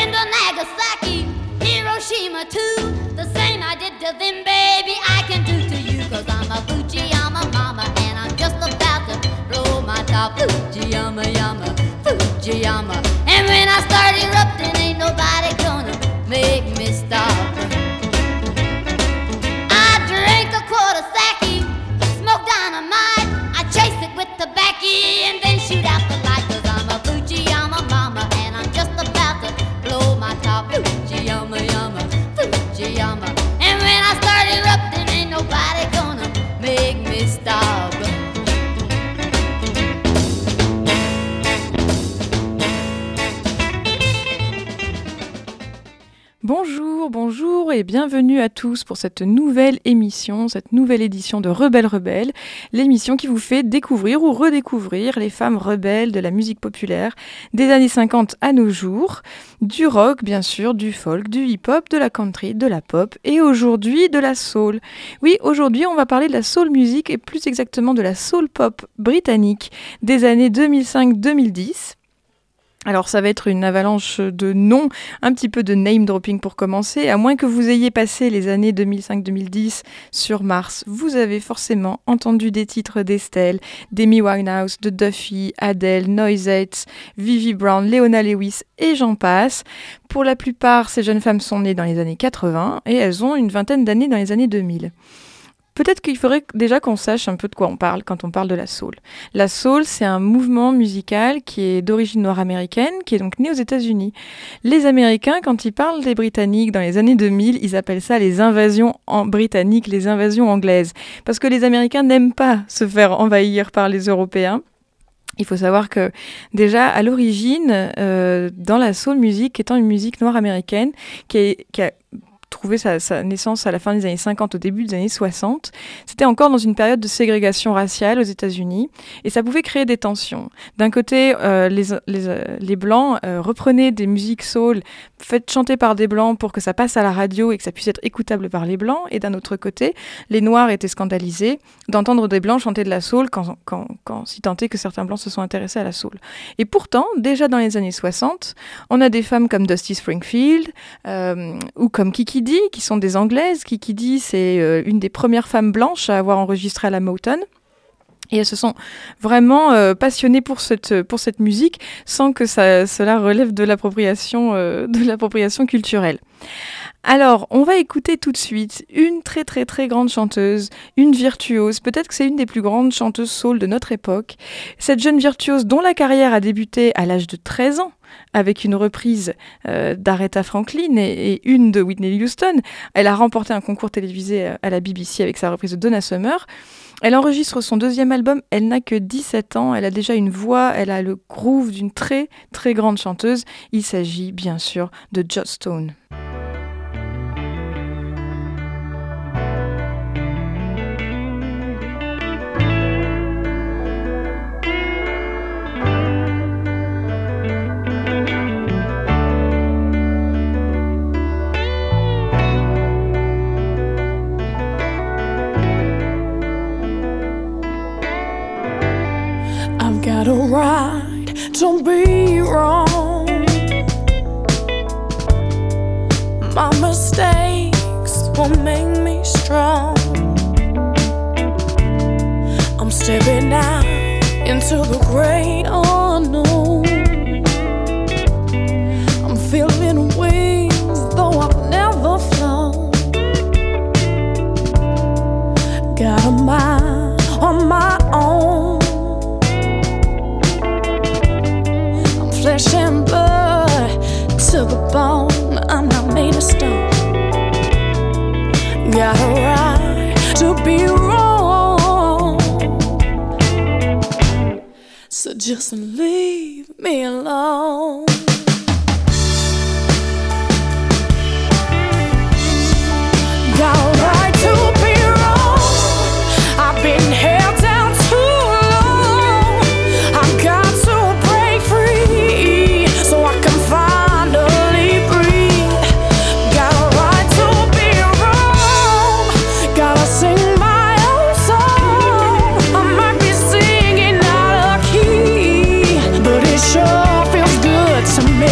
been to Nagasaki, Hiroshima too. The same I did to them, baby, I can do to you. Cause I'm a Fujiyama mama, and I'm just about to blow my top. Fujiyama, yama, Fujiyama. And when I start erupting, ain't nobody gonna make me stop. I drink a quart of sake, smoke dynamite, I chase it with tobacco and then shoot out the light. Cause I'm a Fujiyama mama, and I'm just about to blow my top. Fujiyama, yama, Fujiyama. And when I start erupting, ain't nobody gonna make me stop. Bonjour et bienvenue à tous pour cette nouvelle émission, cette nouvelle édition de Rebelle Rebelle, l'émission qui vous fait découvrir ou redécouvrir les femmes rebelles de la musique populaire des années 50 à nos jours, du rock bien sûr, du folk, du hip-hop, de la country, de la pop et aujourd'hui de la soul. Oui, aujourd'hui on va parler de la soul music et plus exactement de la soul pop britannique des années 2005-2010. Alors ça va être une avalanche de noms, un petit peu de name dropping pour commencer, à moins que vous ayez passé les années 2005-2010 sur Mars, vous avez forcément entendu des titres d'Estelle, d'Amy Winehouse, de Duffy, Adele, Noisettes, Vivi Brown, Leona Lewis et j'en passe. Pour la plupart, ces jeunes femmes sont nées dans les années 80 et elles ont une vingtaine d'années dans les années 2000. Peut-être qu'il faudrait déjà qu'on sache un peu de quoi on parle quand on parle de la soul. La soul, c'est un mouvement musical qui est d'origine nord-américaine, qui est donc né aux États-Unis. Les Américains, quand ils parlent des Britanniques dans les années 2000, ils appellent ça les invasions britanniques, les invasions anglaises. Parce que les Américains n'aiment pas se faire envahir par les Européens. Il faut savoir que déjà à l'origine, dans la soul music, étant une musique nord-américaine, qui a trouvé sa naissance à la fin des années 50, au début des années 60. C'était encore dans une période de ségrégation raciale aux États-Unis et ça pouvait créer des tensions. D'un côté, les Blancs reprenaient des musiques soul faites chanter par des Blancs pour que ça passe à la radio et que ça puisse être écoutable par les Blancs. Et d'un autre côté, les Noirs étaient scandalisés d'entendre des Blancs chanter de la soul quand si tant est que certains Blancs se sont intéressés à la soul. Et pourtant, déjà dans les années 60, on a des femmes comme Dusty Springfield ou comme Kiki Dee, qui sont des Anglaises. Kiki Dee, c'est une des premières femmes blanches à avoir enregistré à la Motown. Et elles se sont vraiment passionnées pour cette musique sans que cela relève de l'appropriation culturelle. Alors, on va écouter tout de suite une très très très grande chanteuse, une virtuose, peut-être que c'est une des plus grandes chanteuses soul de notre époque. Cette jeune virtuose dont la carrière a débuté à l'âge de 13 ans, avec une reprise d'Aretha Franklin et une de Whitney Houston. Elle a remporté un concours télévisé à la BBC avec sa reprise de Donna Summer. Elle enregistre son deuxième album, elle n'a que 17 ans, elle a déjà une voix, elle a le groove d'une très très grande chanteuse. Il s'agit bien sûr de Joss Stone. Got a right to be wrong. My mistakes will make me strong. I'm stepping out into the great unknown. I'm feeling wings though I've never flown. Got a mind on my own. Flesh and blood to the bone. I'm not made of stone. Got a right to be wrong. So just leave me alone. Got a right to be wrong. I've been held down too long. I've got to break free so I can finally breathe. Got a right to be wrong. Gotta sing my own song. I might be singing out of key, but it sure feels good to me.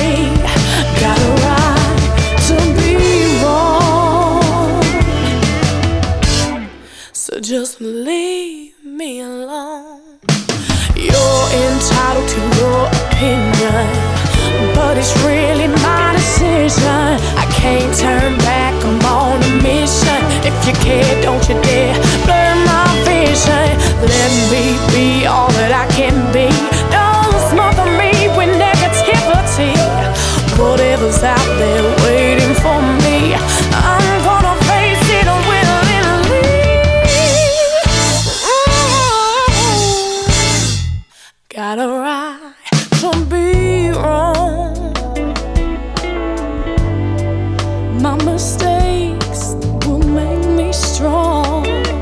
mistakes will make me strong.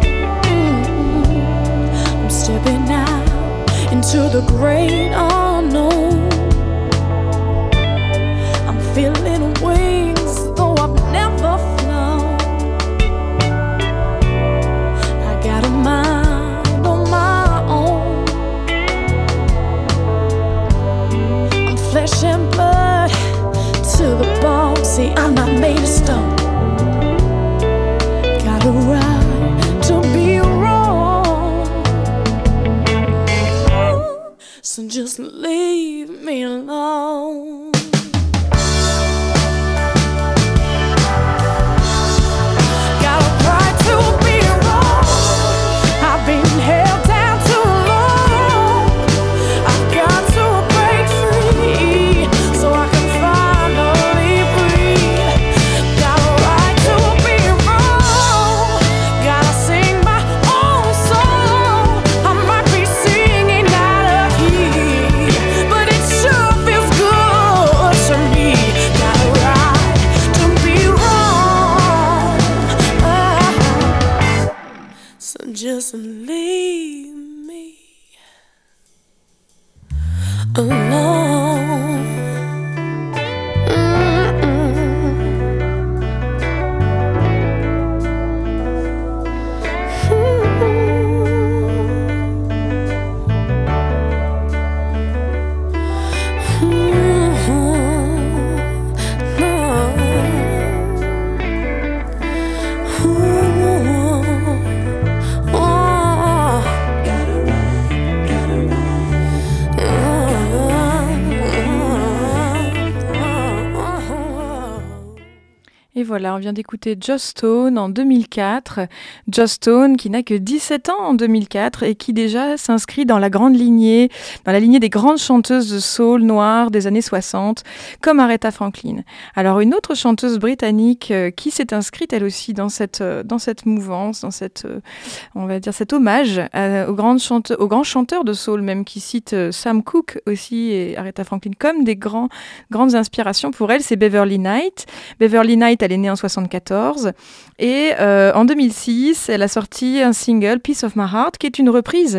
I'm stepping out into the great unknown. I'm feeling wings, though I've never flown. I got a mind on my own. I'm flesh and blood to the bone. See, I'm not made of stone. Got a right to be wrong. So just leave me alone. Got a right to be wrong. I've been held down too long. I've got to break free so I can finally breathe. Got a right to be wrong. Gotta sing my own song. I might be singing out of key, but it sure feels good to me. Got a right to be wrong. So just leave me alone. Et voilà, on vient d'écouter Joss Stone en 2004. Joss Stone qui n'a que 17 ans en 2004 et qui déjà s'inscrit dans la grande lignée, dans la lignée des grandes chanteuses de soul noir des années 60, comme Aretha Franklin. Alors une autre chanteuse britannique qui s'est inscrite elle aussi dans cette mouvance, dans cette, on va dire cet hommage aux grands chanteurs de soul même, qui cite Sam Cooke aussi et Aretha Franklin comme des grandes inspirations pour elle, c'est Beverly Knight. Beverly Knight, elle est née en 74 et en 2006, elle a sorti un single, Piece of My Heart, qui est une reprise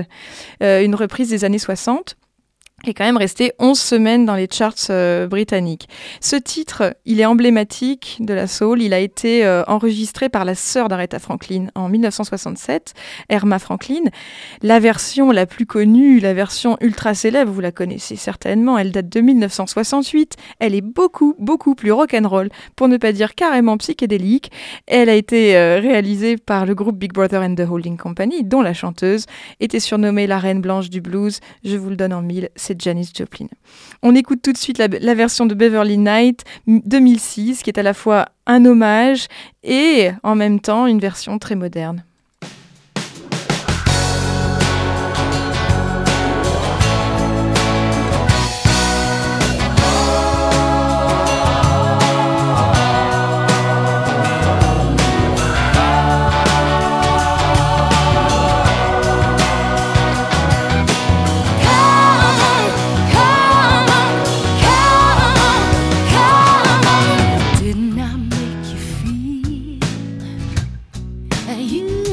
des années 60. Qui est quand même resté 11 semaines dans les charts britanniques. Ce titre, il est emblématique de la soul. Il a été enregistré par la sœur d'Aretha Franklin en 1967, Erma Franklin. La version la plus connue, la version ultra célèbre, vous la connaissez certainement, elle date de 1968. Elle est beaucoup, beaucoup plus rock'n'roll, pour ne pas dire carrément psychédélique. Elle a été réalisée par le groupe Big Brother and the Holding Company, dont la chanteuse était surnommée la reine blanche du blues. Je vous le donne en mille, c'est Janis Joplin. On écoute tout de suite la version de Beverly Knight 2006, qui est à la fois un hommage et en même temps une version très moderne. You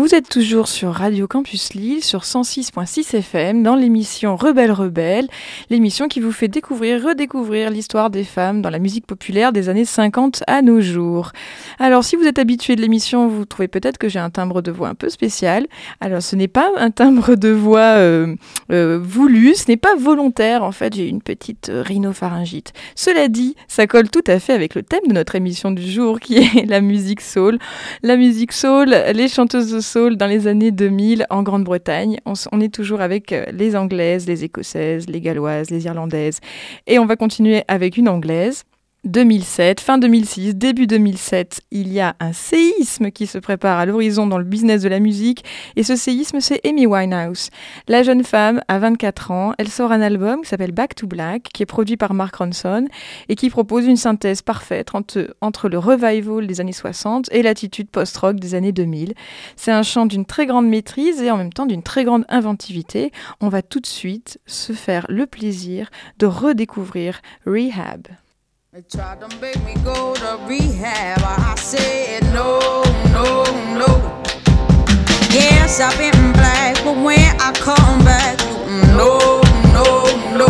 Vous êtes toujours sur Radio Campus Lille, sur 106.6 FM, dans l'émission Rebelle Rebelle, l'émission qui vous fait découvrir, redécouvrir l'histoire des femmes dans la musique populaire des années 50 à nos jours. Alors, si vous êtes habitué de l'émission, vous trouvez peut-être que j'ai un timbre de voix un peu spécial. Alors, ce n'est pas un timbre de voix voulu, ce n'est pas volontaire. En fait, j'ai une petite rhinopharyngite. Cela dit, ça colle tout à fait avec le thème de notre émission du jour, qui est la musique soul. La musique soul, les chanteuses de soul dans les années 2000 en Grande-Bretagne. On est toujours avec les Anglaises, les Écossaises, les Galloises, les Irlandaises. Et on va continuer avec une Anglaise. 2007, fin 2006, début 2007, il y a un séisme qui se prépare à l'horizon dans le business de la musique, et ce séisme, c'est Amy Winehouse. La jeune femme a 24 ans, elle sort un album qui s'appelle Back to Black, qui est produit par Mark Ronson, et qui propose une synthèse parfaite entre le revival des années 60 et l'attitude post-rock des années 2000. C'est un chant d'une très grande maîtrise et en même temps d'une très grande inventivité. On va tout de suite se faire le plaisir de redécouvrir Rehab. They tried to make me go to rehab. I said no, no, no. Yes, I've been black, but when I come back, no, no, no.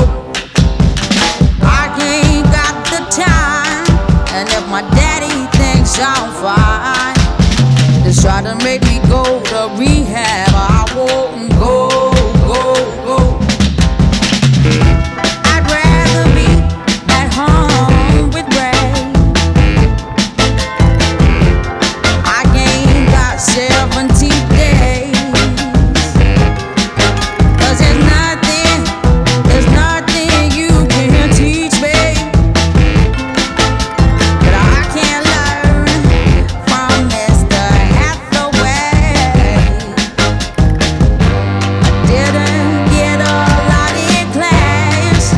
I ain't got the time, and if my daddy thinks I'm fine, they try to make me go to rehab. I won't go, go, go. I'd rather be at home with Ray. I ain't got 70 days, 'cause there's nothing you can teach me that I can't learn from Mr. Hathaway. I didn't get a lot in class,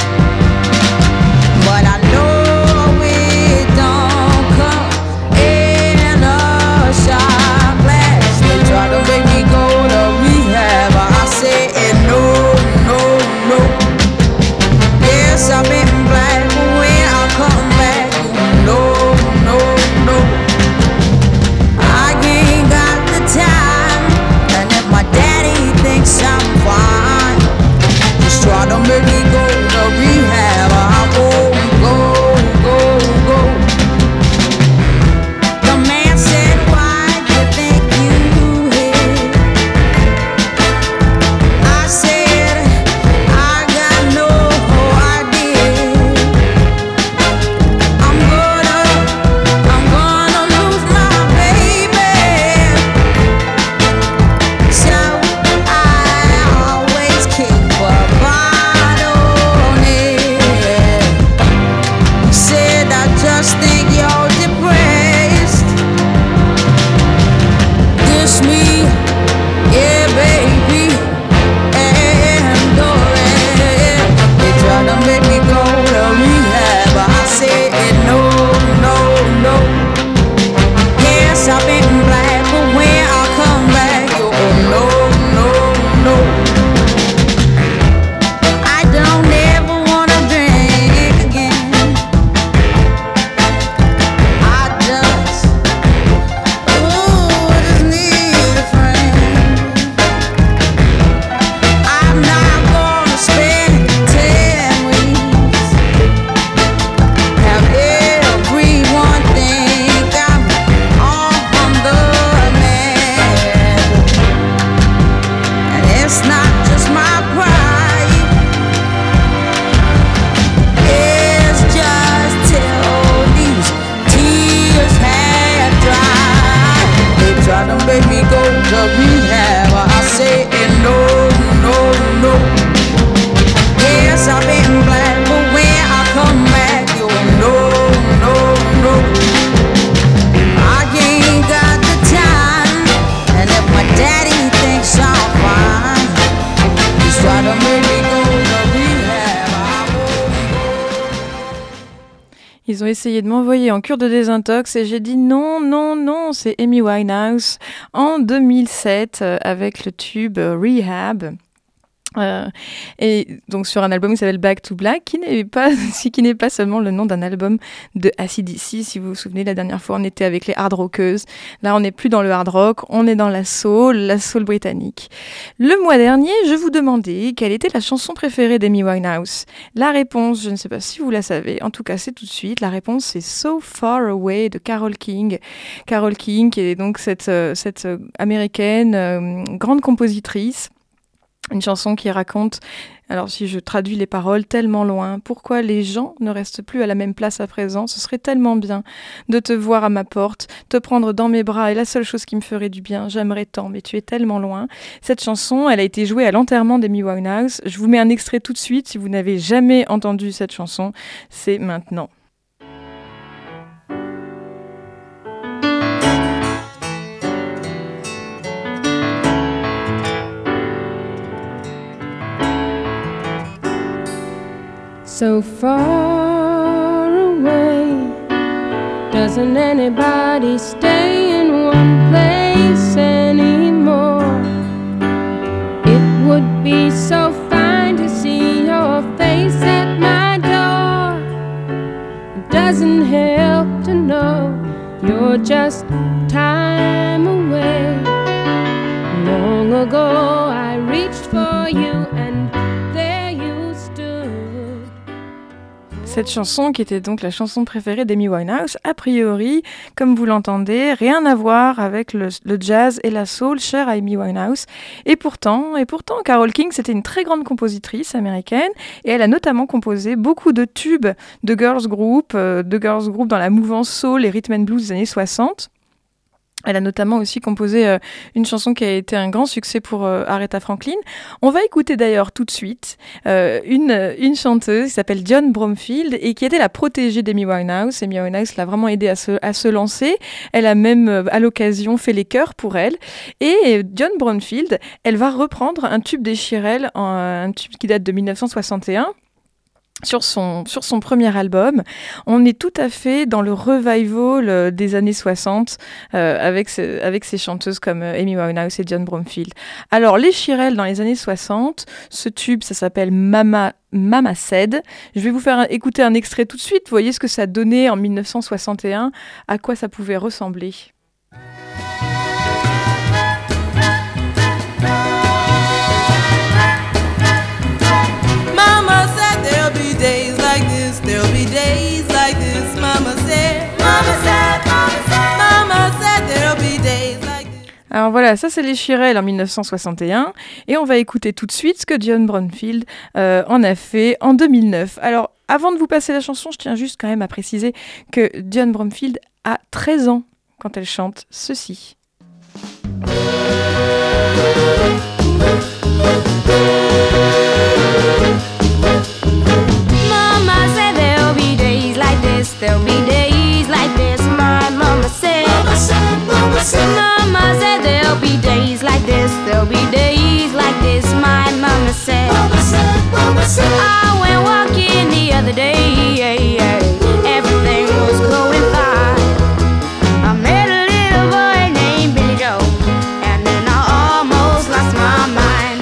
but I know it don't come in a shot glass. They try to make me go to rehab, I said no, no, no. Yes, I've been black, but when I come back, no, no, no. I ain't got the time, and if my daddy thinks I'm fine, just try to make me go to rehab. I won't go, go, go. The man said, why do you think you hit? I said, I got no idea. I'm gonna lose my baby, so I always keep a bottle near. He said, I just think you're depressed. Dish me, yeah, baby, and go ahead. They tried to make me go to rehab, but I said no, no, no. Yes, I've been black, but when I come back, you no, no, no. I don't ever wanna drink again. I just need a friend. I'm not gonna spend 10 weeks. Have everyone think I'm on the man. And it's not just my pride, it's just till these tears have dried. They try to make me go to rehab, I say no, no, no. Yes, I've been black, but when I come back, you no, no, no. I ain't got the time, and if my daddy thinks I'm fine, just try to make me go to rehab. I won't go. Ils ont essayé de m'envoyer en cure de désintox et j'ai dit non, non, non, c'est Amy Winehouse en 2007 avec le tube Rehab. Et donc sur un album qui s'appelle Back to Black, qui n'est pas seulement le nom d'un album de AC/DC. Si vous vous souvenez, la dernière fois on était avec les hard rockeuses. Là on n'est plus dans le hard rock, on est dans la soul britannique. Le mois dernier, je vous demandais quelle était la chanson préférée d'Amy Winehouse. La réponse, je ne sais pas si vous la savez, en tout cas c'est tout de suite. La réponse c'est So Far Away de Carole King. Carole King qui est donc cette américaine, grande compositrice. Une chanson qui raconte, alors si je traduis les paroles, tellement loin, pourquoi les gens ne restent plus à la même place à présent, ce serait tellement bien de te voir à ma porte, te prendre dans mes bras, et la seule chose qui me ferait du bien, j'aimerais tant, mais tu es tellement loin. Cette chanson, elle a été jouée à l'enterrement d'Amy Winehouse. Je vous mets un extrait tout de suite, si vous n'avez jamais entendu cette chanson, c'est maintenant. So far away, doesn't anybody stay in one place anymore? It would be so fine to see your face at my door. It doesn't help to know you're just time away. Long ago I reached for you and cette chanson qui était donc la chanson préférée d'Amy Winehouse, a priori, comme vous l'entendez, rien à voir avec le jazz et la soul chère à Amy Winehouse. Et pourtant, Carole King, c'était une très grande compositrice américaine et elle a notamment composé beaucoup de tubes de girls group dans la mouvance soul et rhythm and blues des années 60. Elle a notamment aussi composé une chanson qui a été un grand succès pour Aretha Franklin. On va écouter d'ailleurs tout de suite une chanteuse qui s'appelle Dionne Bromfield et qui était la protégée d'Amy Winehouse. Amy Winehouse l'a vraiment aidée à se lancer. Elle a même à l'occasion fait les chœurs pour elle. Et Dionne Bromfield, elle va reprendre un tube des Shirelles, un tube qui date de 1961. Sur son premier album, on est tout à fait dans le revival des années 60 avec ces chanteuses comme Amy Winehouse et Dionne Bromfield. Alors, les Shirelles dans les années 60, ce tube, ça s'appelle Mama Said. Je vais vous faire écouter un extrait tout de suite. Vous voyez ce que ça donnait en 1961, à quoi ça pouvait ressembler. Days like this, there'll be days like this. Mama said, Mama said, Mama said, Mama said there'll be days like this. Alors voilà, ça c'est les Shirelles en 1961 et on va écouter tout de suite ce que Dionne Bromfield en a fait en 2009. Alors avant de vous passer la chanson, je tiens juste quand même à préciser que Dionne Bromfield a 13 ans quand elle chante ceci. There'll be days like this, my mama said. Mama said, mama said. Mama said there'll be days like this, there'll be days like this, my mama said. Mama said, mama said. I went walking the other day, everything was going fine. I met a little boy named Billy Joe, and then I almost lost my mind.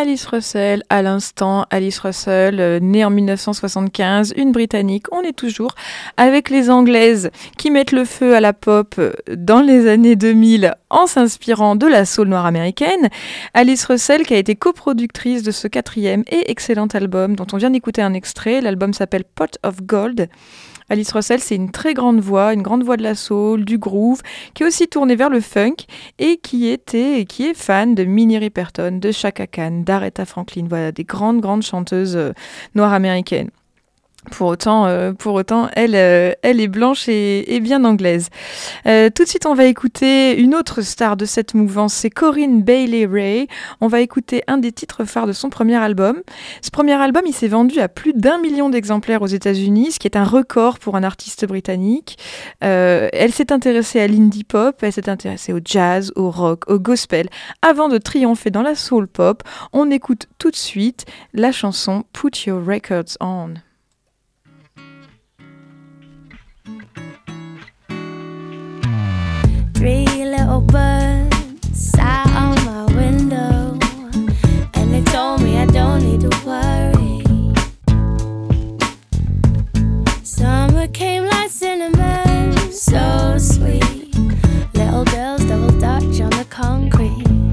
Alice Russell, à l'instant, Alice Russell, née en 1975, une Britannique. On est toujours avec les Anglaises qui mettent le feu à la pop dans les années 2000 en s'inspirant de la soul noire américaine. Alice Russell qui a été coproductrice de ce 4e et excellent album dont on vient d'écouter un extrait. L'album s'appelle Pot of Gold. Alice Russell, c'est une très grande voix, une grande voix de la soul, du groove, qui est aussi tournée vers le funk et qui est fan de Minnie Riperton, de Chaka Khan, d'Aretha Franklin, voilà, des grandes chanteuses noires américaines. Pour autant, elle est blanche et bien anglaise. Tout de suite, on va écouter une autre star de cette mouvance, c'est Corinne Bailey Rae. On va écouter un des titres phares de son premier album. Ce premier album, il s'est vendu à plus d'1 million d'exemplaires aux États-Unis, ce qui est un record pour un artiste britannique. Elle s'est intéressée à l'indie pop, elle s'est intéressée au jazz, au rock, au gospel, avant de triompher dans la soul pop. On écoute tout de suite la chanson Put Your Records On. Three little birds sat on my window, and they told me I don't need to worry. Summer came like cinnamon, so sweet. Little girls double dutch on the concrete.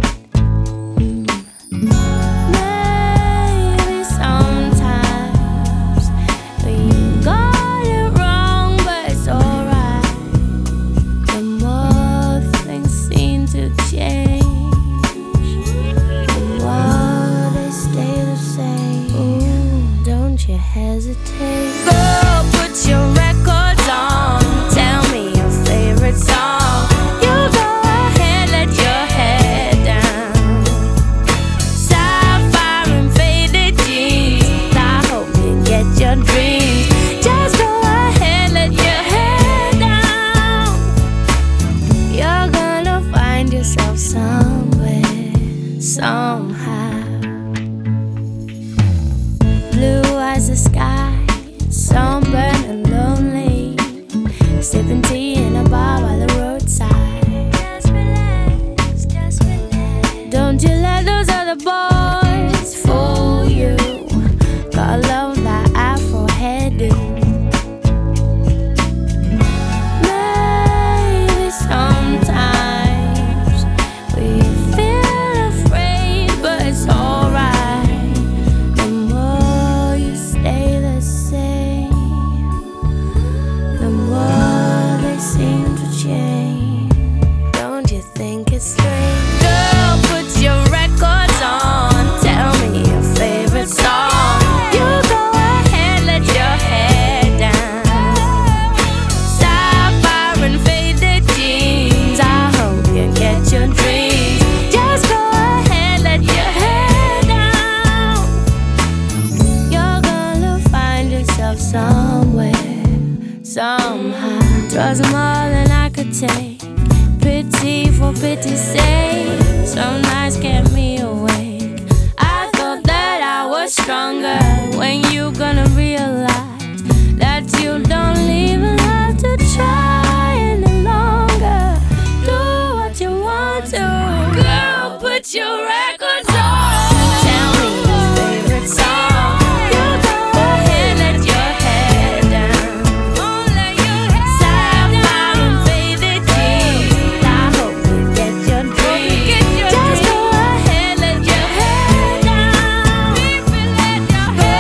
Maybe sometimes we got it wrong, but it's alright. The more things seem to change, the more they stay the same. Ooh, don't you hesitate. Girl, put your records on. Tell me your favorite song. You go ahead, let your head down. Sapphire and faded jeans. I hope you get your dreams. Just go ahead, let your head down. You're gonna find yourself somewhere, somehow. Blue as the sky, sunburned and lonely, sipping tea in a bar by the roadside. Just relax, just relax. Don't you let those other boys fool you. Gotta love that afro hairdo. Maybe sometimes we feel afraid, but it's alright. The more you stay the same, the more they seem to change. Don't you think it's strange? Girl, put your records on. Tell me your favorite song. You go ahead, let your head down. Sapphire and faded jeans. I hope you get your dreams. Just go ahead, let your head down. You're gonna find yourself somewhere, somehow. 'Twas more than I could take. Pity for pity's sake. Some nights kept me awake. I thought that I was stronger. When you gonna realize that you don't even have to try any longer? Do what you want to. Girl, put your records on. Tell me your favorite song. You go ahead, let your head down. Sapphire and faded jeans. I hope you get your dreams. Just go ahead, let your head down.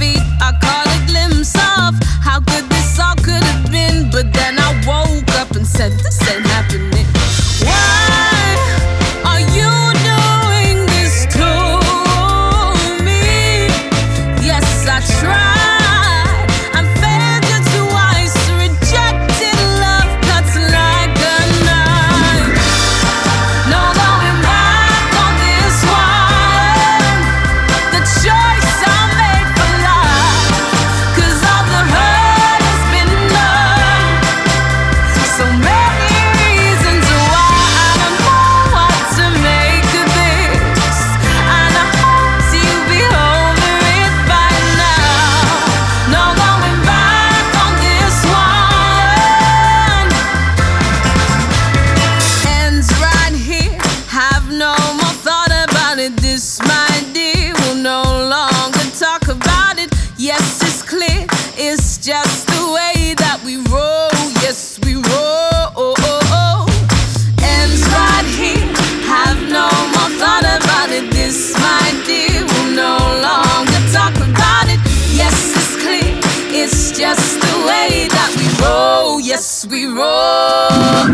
feet. I caught a glimpse of how good this all could have been, but then I woke up and said this ain't happening. Why are you doing this to me? Yes, I tried and failed you twice. Rejected love cuts like a knife. No going back on this one. The choice I made for life, 'cause all the hurt has been done. So many reasons why I don't know what to make of this, and I hope you'll be over it by now. No going back on this one. Hands right here, have no more thought about it. This, my dear, will no longer talk about it. Yes, it's clear, it's just the way that we roll. Yes, we roll. Ends right here, have no more thought about it. This, my dear, will no longer talk about it. Yes, it's clear, it's just the way that we roll. Yes, we roll.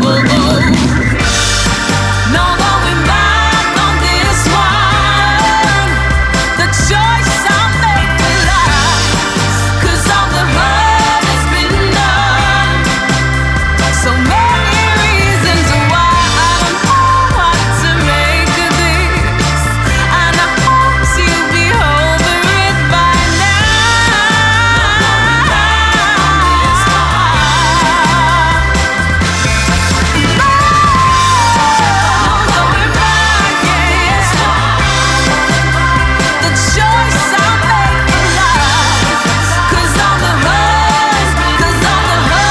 No going back on this one. The choice I made for life, 'cause all the hurt has been done. So many reasons why I don't know what to make of this, and I hope you'll be over it by now. Going back, yes. The choice I made for life, 'cause all the hurt's been done.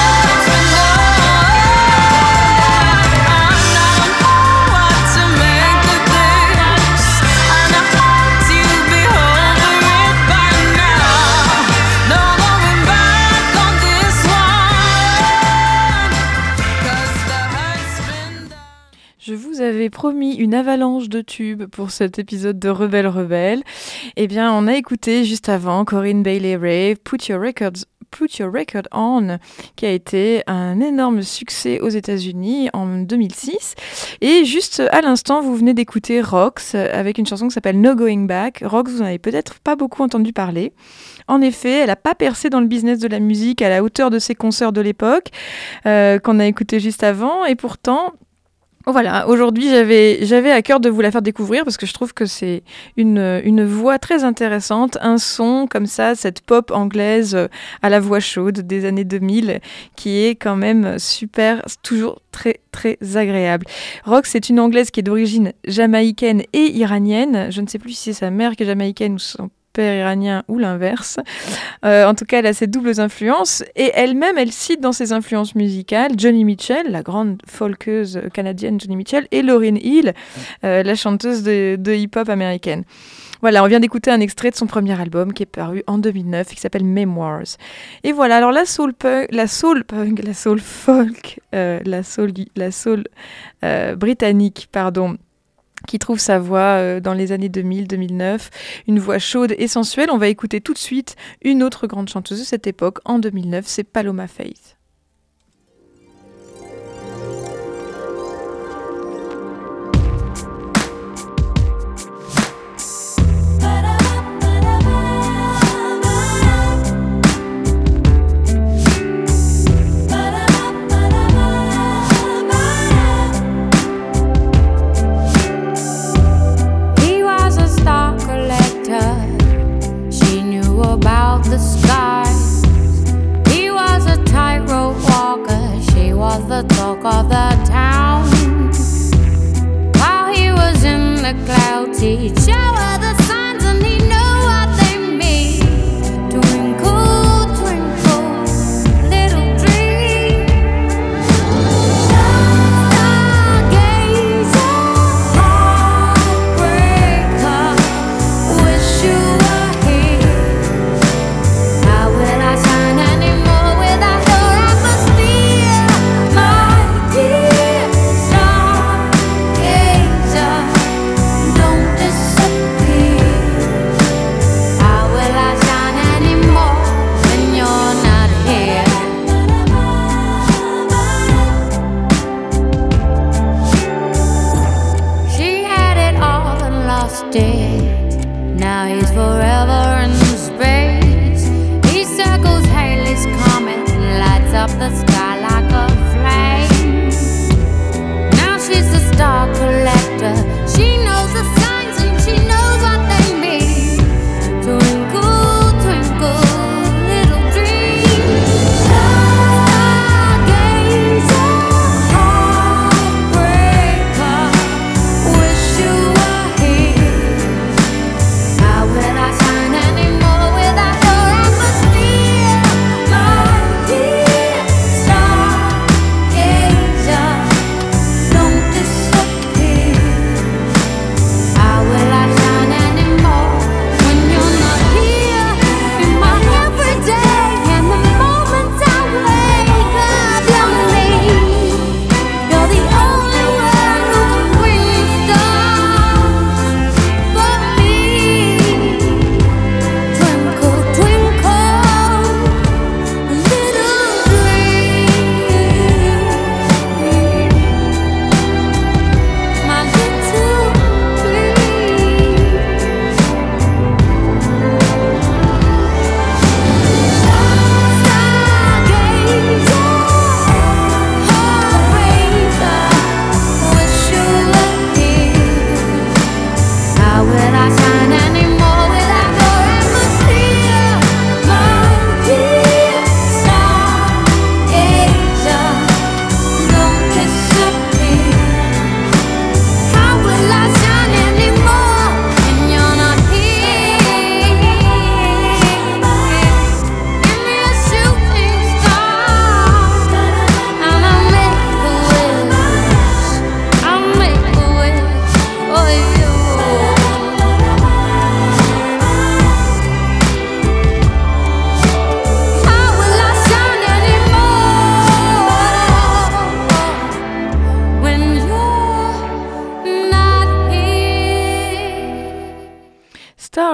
I don't know what to make of this, and I hope you'll be over it by now. No going back on this one, 'cause the hurt's been done. Je vous avais promis une avalanche de tubes pour cet épisode de Rebelle Rebelle. Eh bien, on a écouté juste avant Corinne Bailey Rae, Put Your Record On, qui a été un énorme succès aux États-Unis en 2006. Et juste à l'instant, vous venez d'écouter Rox avec une chanson qui s'appelle No Going Back. Rox, vous n'en avez peut-être pas beaucoup entendu parler. En effet, elle n'a pas percé dans le business de la musique à la hauteur de ses consoeurs de l'époque, qu'on a écouté juste avant. Et pourtant, voilà, aujourd'hui j'avais à cœur de vous la faire découvrir parce que je trouve que c'est une voix très intéressante, un son comme ça, cette pop anglaise à la voix chaude des années 2000 qui est quand même super, toujours très très agréable. Rox, c'est une anglaise qui est d'origine jamaïcaine et iranienne. Je ne sais plus si c'est sa mère qui est jamaïcaine ou son père iranien ou l'inverse. En tout cas, elle a ces doubles influences et elle-même, elle cite dans ses influences musicales Joni Mitchell, la grande folkeuse canadienne Joni Mitchell, et Lauryn Hill, la chanteuse de hip-hop américaine. Voilà, on vient d'écouter un extrait de son premier album qui est paru en 2009 et qui s'appelle Memoirs. Et voilà, alors la soul britannique, pardon, qui trouve sa voix dans les années 2000-2009, une voix chaude et sensuelle. On va écouter tout de suite une autre grande chanteuse de cette époque, en 2009, c'est Paloma Faith. About the skies, he was a tightrope walker. She was the talk of the town. While he was in the clouds, he'd shower the signs, and he knew what they mean. Twinkle, twinkle, little dream. Stargazer, heartbreaker, wish you were here. How will I shine anymore without your atmosphere, my dear stargazer? Don't deceive.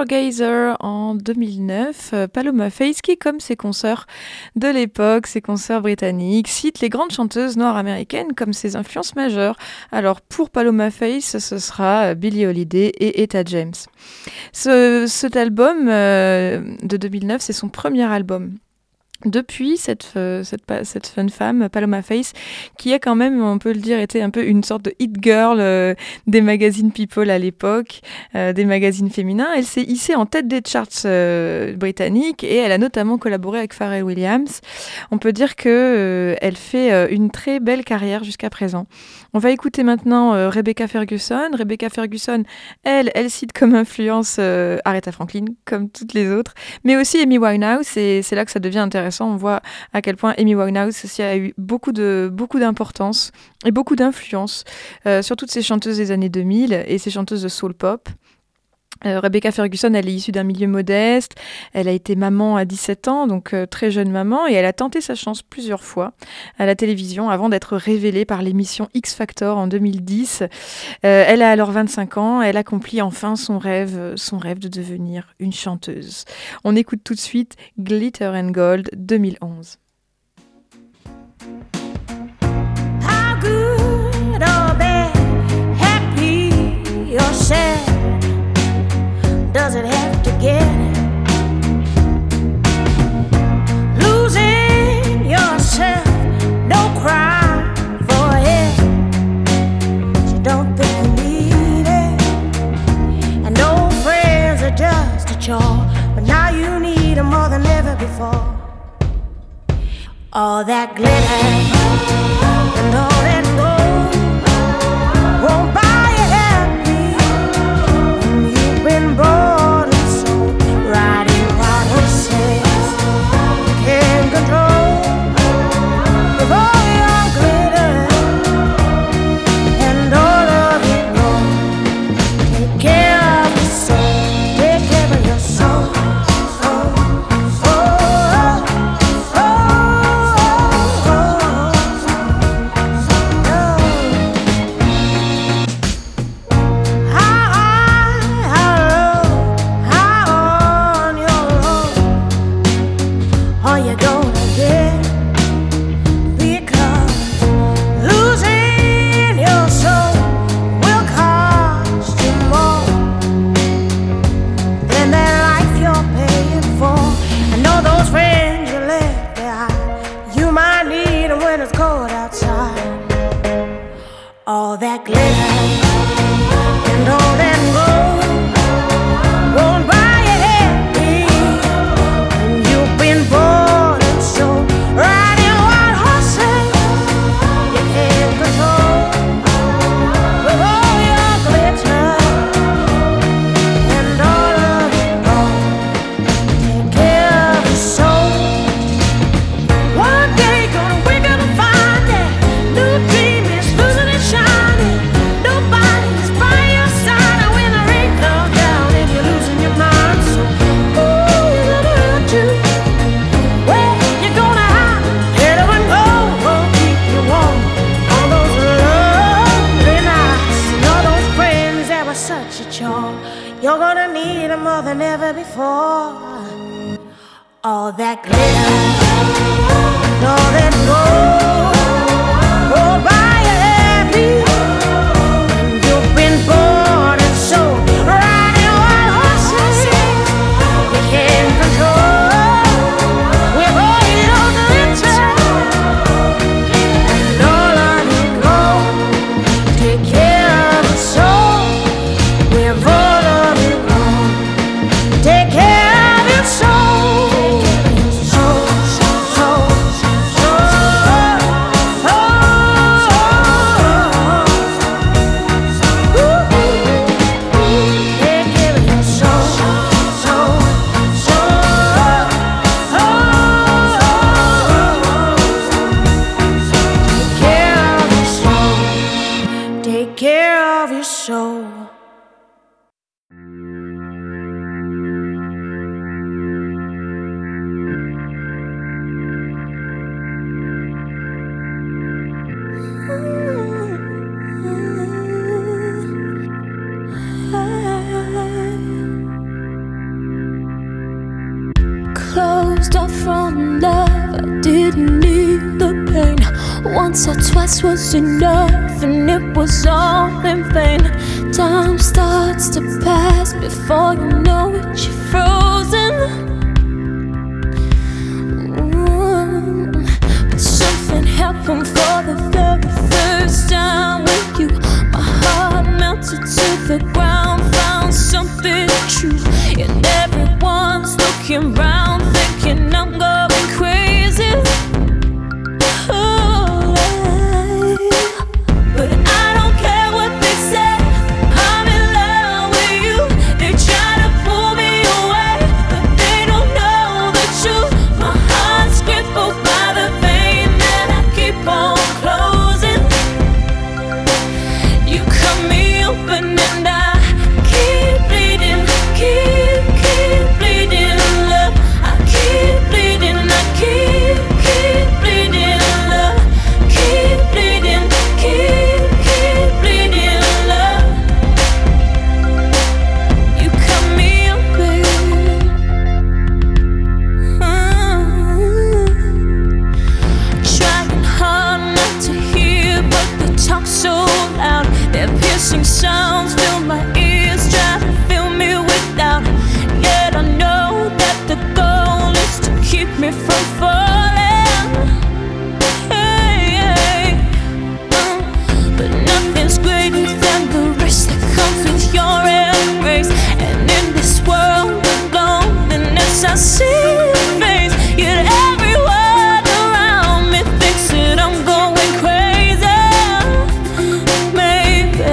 Stargazer en 2009. Paloma Faith, qui, comme ses consoeurs de l'époque, ses consoeurs britanniques, cite les grandes chanteuses noires américaines comme ses influences majeures. Alors pour Paloma Faith, ce sera Billie Holiday et Etta James. Cet album de 2009, c'est son premier album. Depuis, cette jeune femme, Paloma Faith, qui a quand même, on peut le dire, été un peu une sorte de hit girl des magazines People à l'époque, des magazines féminins, elle s'est hissée en tête des charts britanniques et elle a notamment collaboré avec Pharrell Williams. On peut dire qu'elle fait une très belle carrière jusqu'à présent. On va écouter maintenant Rebecca Ferguson. Rebecca Ferguson, elle cite comme influence Aretha Franklin, comme toutes les autres, mais aussi Amy Winehouse, et c'est là que ça devient intéressant. On voit à quel point Amy Winehouse aussi a eu beaucoup d'importance et beaucoup d'influence sur toutes ces chanteuses des années 2000 et ces chanteuses de soul pop. Rebecca Ferguson, elle est issue d'un milieu modeste, elle a été maman à 17 ans, donc très jeune maman, et elle a tenté sa chance plusieurs fois à la télévision avant d'être révélée par l'émission X Factor en 2010. Elle a alors 25 ans, elle accomplit enfin son rêve de devenir une chanteuse. On écoute tout de suite Glitter and Gold 2011. How good or bad, happy or sad, does it have to get? Losing yourself, no cry for it. You don't think you need it, and no friends are just a chore, but now you need them more than ever before. All that glitter and all that gold won't buy you happy when you've been bought and sold. Riding what he says you can't control with all your glitter and all of your gold. Take care of your soul, take care of your soul. All that glitter and all that gold won't buy you happy when you've been bought and sold. Riding wild horses you can't control with all your glitter and all of your gold. Take care of your soul. One day gonna wake up and find that new dream is losing its shine. Nobody's by your side when the rain comes down and you're losing your mind. So who you gonna run to? Where you gonna hide? Head up and go, won't keep you warm on those lonely nights and all those friends that were such a chore. You're gonna need them more than ever before. All that glitter and all that gold won't buy you happy when you've been bought and sold. Riding wild horses you can't control with all your glitter and all of your gold. Take care of your soul with all of your gold. Take care of your soul. Take care of your soul, soul, soul, soul. stuff from love. I didn't need the pain. Once or twice was enough, and it was all in vain. Time starts to pass before you know it, you're frozen. But something happened for the very first time with you. My heart melted to the ground, found something true, and everyone's looking round, thinking I'm going crazy. Oh, but I don't care what they say. I'm in love with you. They try to pull me away, but they don't know the truth. My heart's crippled by the vein that I keep on closing. You cut me open and I keep bleeding, keep bleeding, love. I keep bleeding, I keep bleeding, love. Keep bleeding, keep bleeding, love. You cut me open. Trying hard not to hear, but they talk so loud. Their piercing sounds fill my ears, try to fill me with doubt. Yet I know that the goal is to keep me from falling. Hey, hey. But nothing's greater than the risk that comes with your embrace. And in this world of loneliness, I see your face. Yet everyone around me thinks that I'm going crazy. Maybe,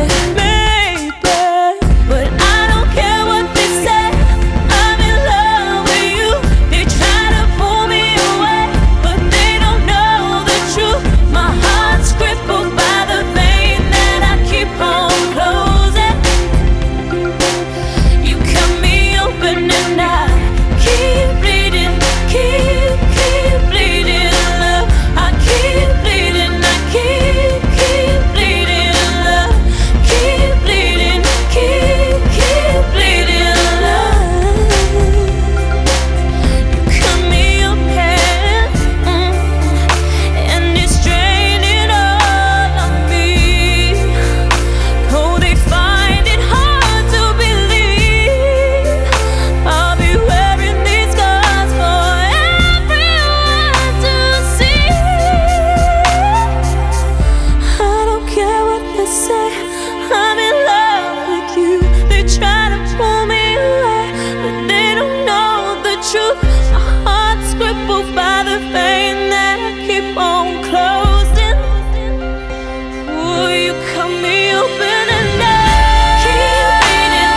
but I don't care what they say. I'm in love with you. They try to pull me away, but they don't know the truth. My heart's crippled by the vein that I keep on closing. You cut me open and I keep bleeding, keep bleeding, love. I keep bleeding, I keep bleeding, love. Keep bleeding, keep bleeding, love. You cut me open, and it's draining all of me. Oh, they find it hard to believe I'll be wearing these scars for everyone to see. I don't care what they say. I'm in love with you. They try to pull me away, but they don't know the truth. My heart's crippled by the vein that I keep on closing. Ooh, you cut me open and I keep bleeding,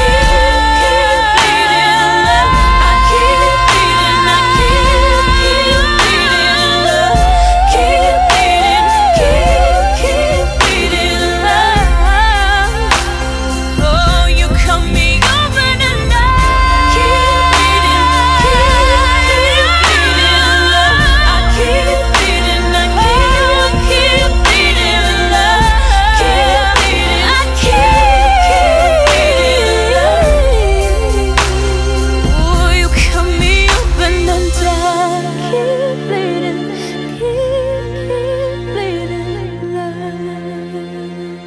love. I keep bleeding, I keep bleeding, love. Keep bleeding, bleeding, love. Oh, you cut me open and I keep bleeding, love. I keep bleeding, I keep bleeding, love. Keep bleeding, I keep bleeding, love. Oh, you cut me open and I keep bleeding, love.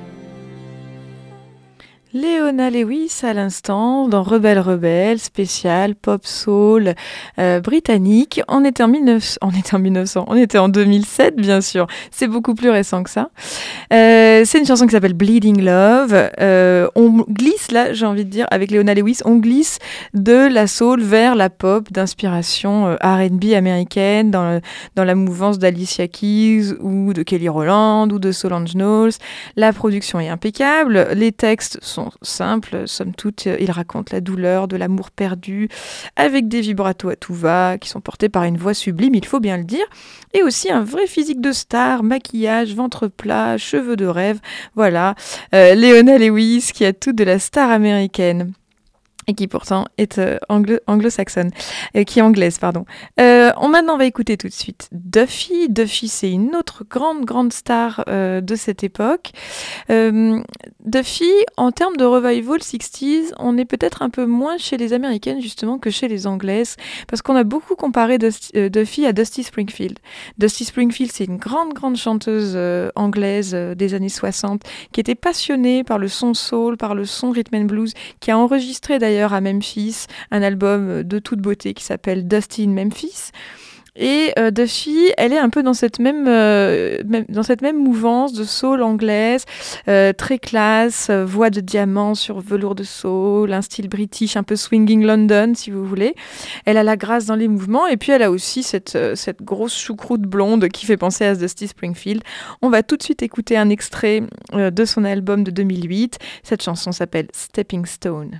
Leona Lewis à l'instant dans Rebelle Rebelle, spécial pop soul britannique. On était en 2007 bien sûr, c'est beaucoup plus récent que ça. C'est une chanson qui s'appelle Bleeding Love. On glisse là, j'ai envie de dire, avec Leona Lewis, on glisse de la soul vers la pop d'inspiration R&B américaine dans la mouvance d'Alicia Keys ou de Kelly Rowland ou de Solange Knowles. La production est impeccable, les textes sont simples, somme toute, ils racontent la douleur de l'amour perdu avec des vibratos à tout va qui sont portés par une voix sublime, il faut bien le dire, et aussi un vrai physique de star, maquillage, ventre plat, cheveux de rêve, voilà, Leona Lewis qui a tout de la star américaine. et qui pourtant est anglo-saxonne, qui est anglaise, pardon. Maintenant, on va écouter tout de suite Duffy. Duffy, c'est une autre grande star de cette époque. Duffy, en termes de revival 60s, on est peut-être un peu moins chez les Américaines, justement, que chez les Anglaises, parce qu'on a beaucoup comparé Duffy à Dusty Springfield. Dusty Springfield, c'est une grande chanteuse anglaise des années 60, qui était passionnée par le son soul, par le son rhythm and blues, qui a enregistré d'ailleurs à Memphis un album de toute beauté qui s'appelle Dusty in Memphis. Et Duffy, elle est un peu dans cette même mouvance de soul anglaise, très classe, voix de diamant sur velours de soul, un style british, un peu swinging London si vous voulez. Elle a la grâce dans les mouvements et puis elle a aussi cette grosse choucroute blonde qui fait penser à Dusty Springfield. On va tout de suite écouter un extrait de son album de 2008. Cette chanson s'appelle Stepping Stone.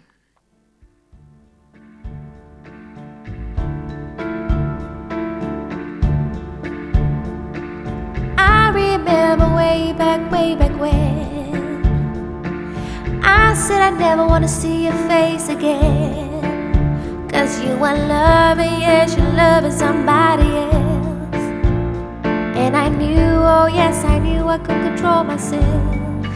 Remember way back when I said I'd never want to see your face again, 'cause you were loving, yes, you're loving somebody else. And I knew, oh yes, I knew I couldn't control myself.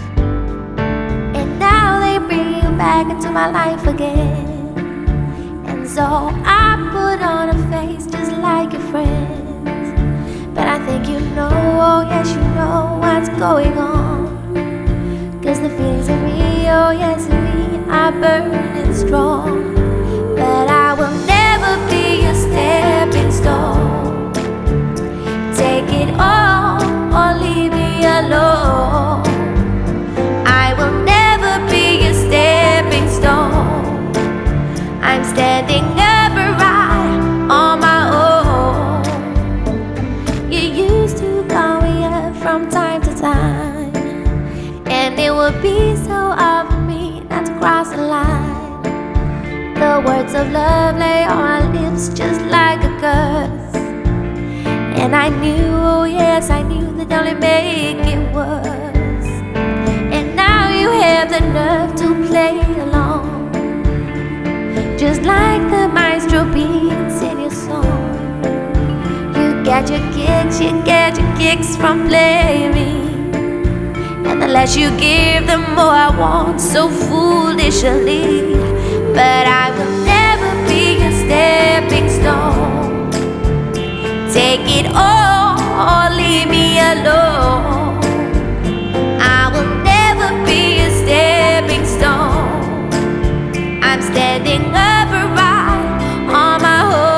And now they bring you back into my life again. And so I put on a face just like your friends. But I think you know, oh yes, you know what's going on. 'Cause the feelings in me, oh yes, in me are burning strong. But I will never be a stepping stone. Take it all or leave me alone. I will never be a stepping stone. I'm standing upright on my own. You used to call me up from time to time, and it would be so hard for me not to cross the line. The words of love lay on my lips just like a curse. And I knew, oh yes, I knew that only make it worse. And now you have the nerve to play along, just like the maestro beats in your song. You get your kicks from playing me. And the less you give, the more I want, so foolishly. But I will never be a stepping stone. Take it all or leave me alone. I will never be a stepping stone. I'm standing upright on my own.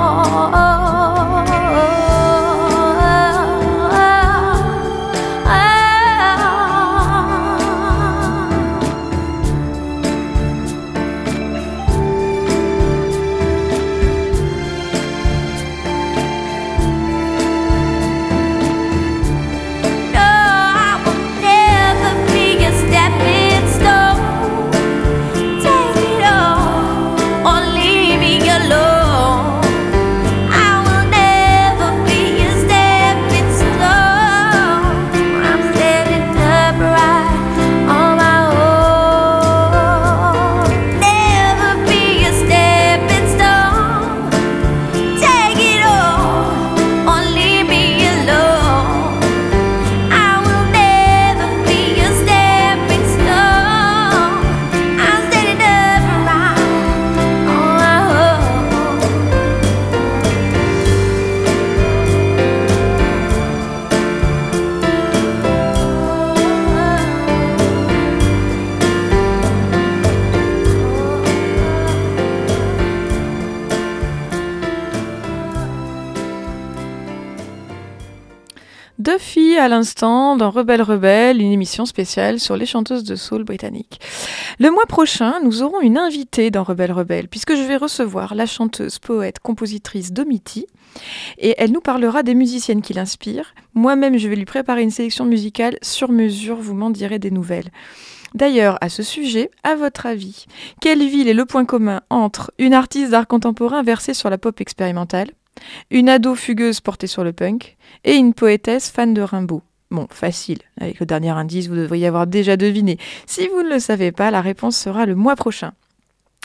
Duffy à l'instant dans Rebelle Rebelle, une émission spéciale sur les chanteuses de soul britanniques. Le mois prochain, nous aurons une invitée dans Rebelle Rebelle, puisque je vais recevoir la chanteuse, poète, compositrice Domiti, et elle nous parlera des musiciennes qui l'inspirent. Moi-même, je vais lui préparer une sélection musicale sur mesure, vous m'en direz des nouvelles. D'ailleurs, à ce sujet, à votre avis, quelle ville est le point commun entre une artiste d'art contemporain versée sur la pop expérimentale, une ado fugueuse portée sur le punk et une poétesse fan de Rimbaud? Bon, facile. Avec le dernier indice, vous devriez avoir déjà deviné. Si vous ne le savez pas, la réponse sera le mois prochain.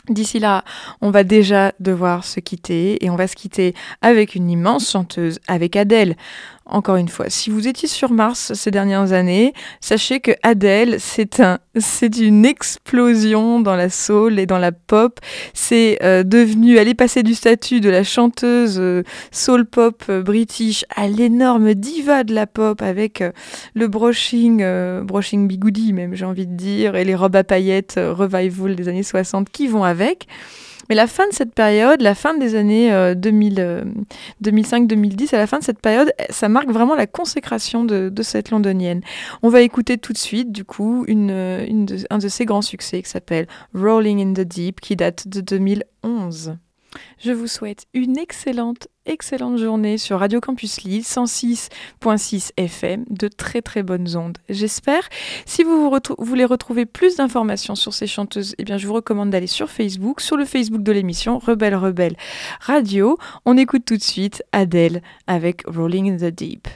D'ici là, on va déjà devoir se quitter et on va se quitter avec une immense chanteuse, avec Adele. Encore une fois, si vous étiez sur Mars ces dernières années, sachez que Adele, c'est une explosion dans la soul et dans la pop. C'est elle est passée du statut de la chanteuse soul pop british à l'énorme diva de la pop avec le brushing bigoudi même, j'ai envie de dire, et les robes à paillettes revival des années 60 qui vont avec. Mais la fin de cette période, la fin des années 2005-2010, à la fin de cette période, ça marque vraiment la consécration de cette londonienne. On va écouter tout de suite, du coup, un de ses grands succès qui s'appelle Rolling in the Deep, qui date de 2011. Je vous souhaite une excellente journée sur Radio Campus Lille, 106.6 FM, de très très bonnes ondes, j'espère. Si vous voulez retrouver plus d'informations sur ces chanteuses, eh bien, je vous recommande d'aller sur Facebook, sur le Facebook de l'émission Rebelle Radio. On écoute tout de suite Adele avec Rolling in the Deep.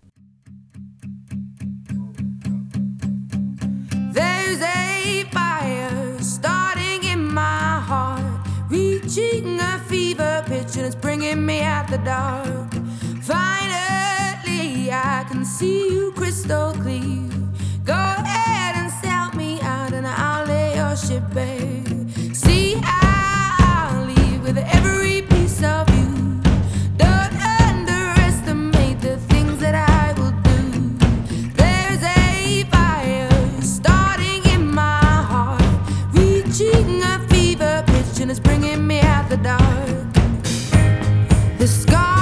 There's a fire starting in my heart, reaching a fever pitch and it's bringing me out the dark. Finally, I can see you crystal clear. Go ahead and sell me out and I'll lay your ship bare. See, I'll leave with every piece of you. Don't underestimate the things that I will do. There's a fire starting in my heart, reaching a fever pitch and it's bringing me out the dark. The sky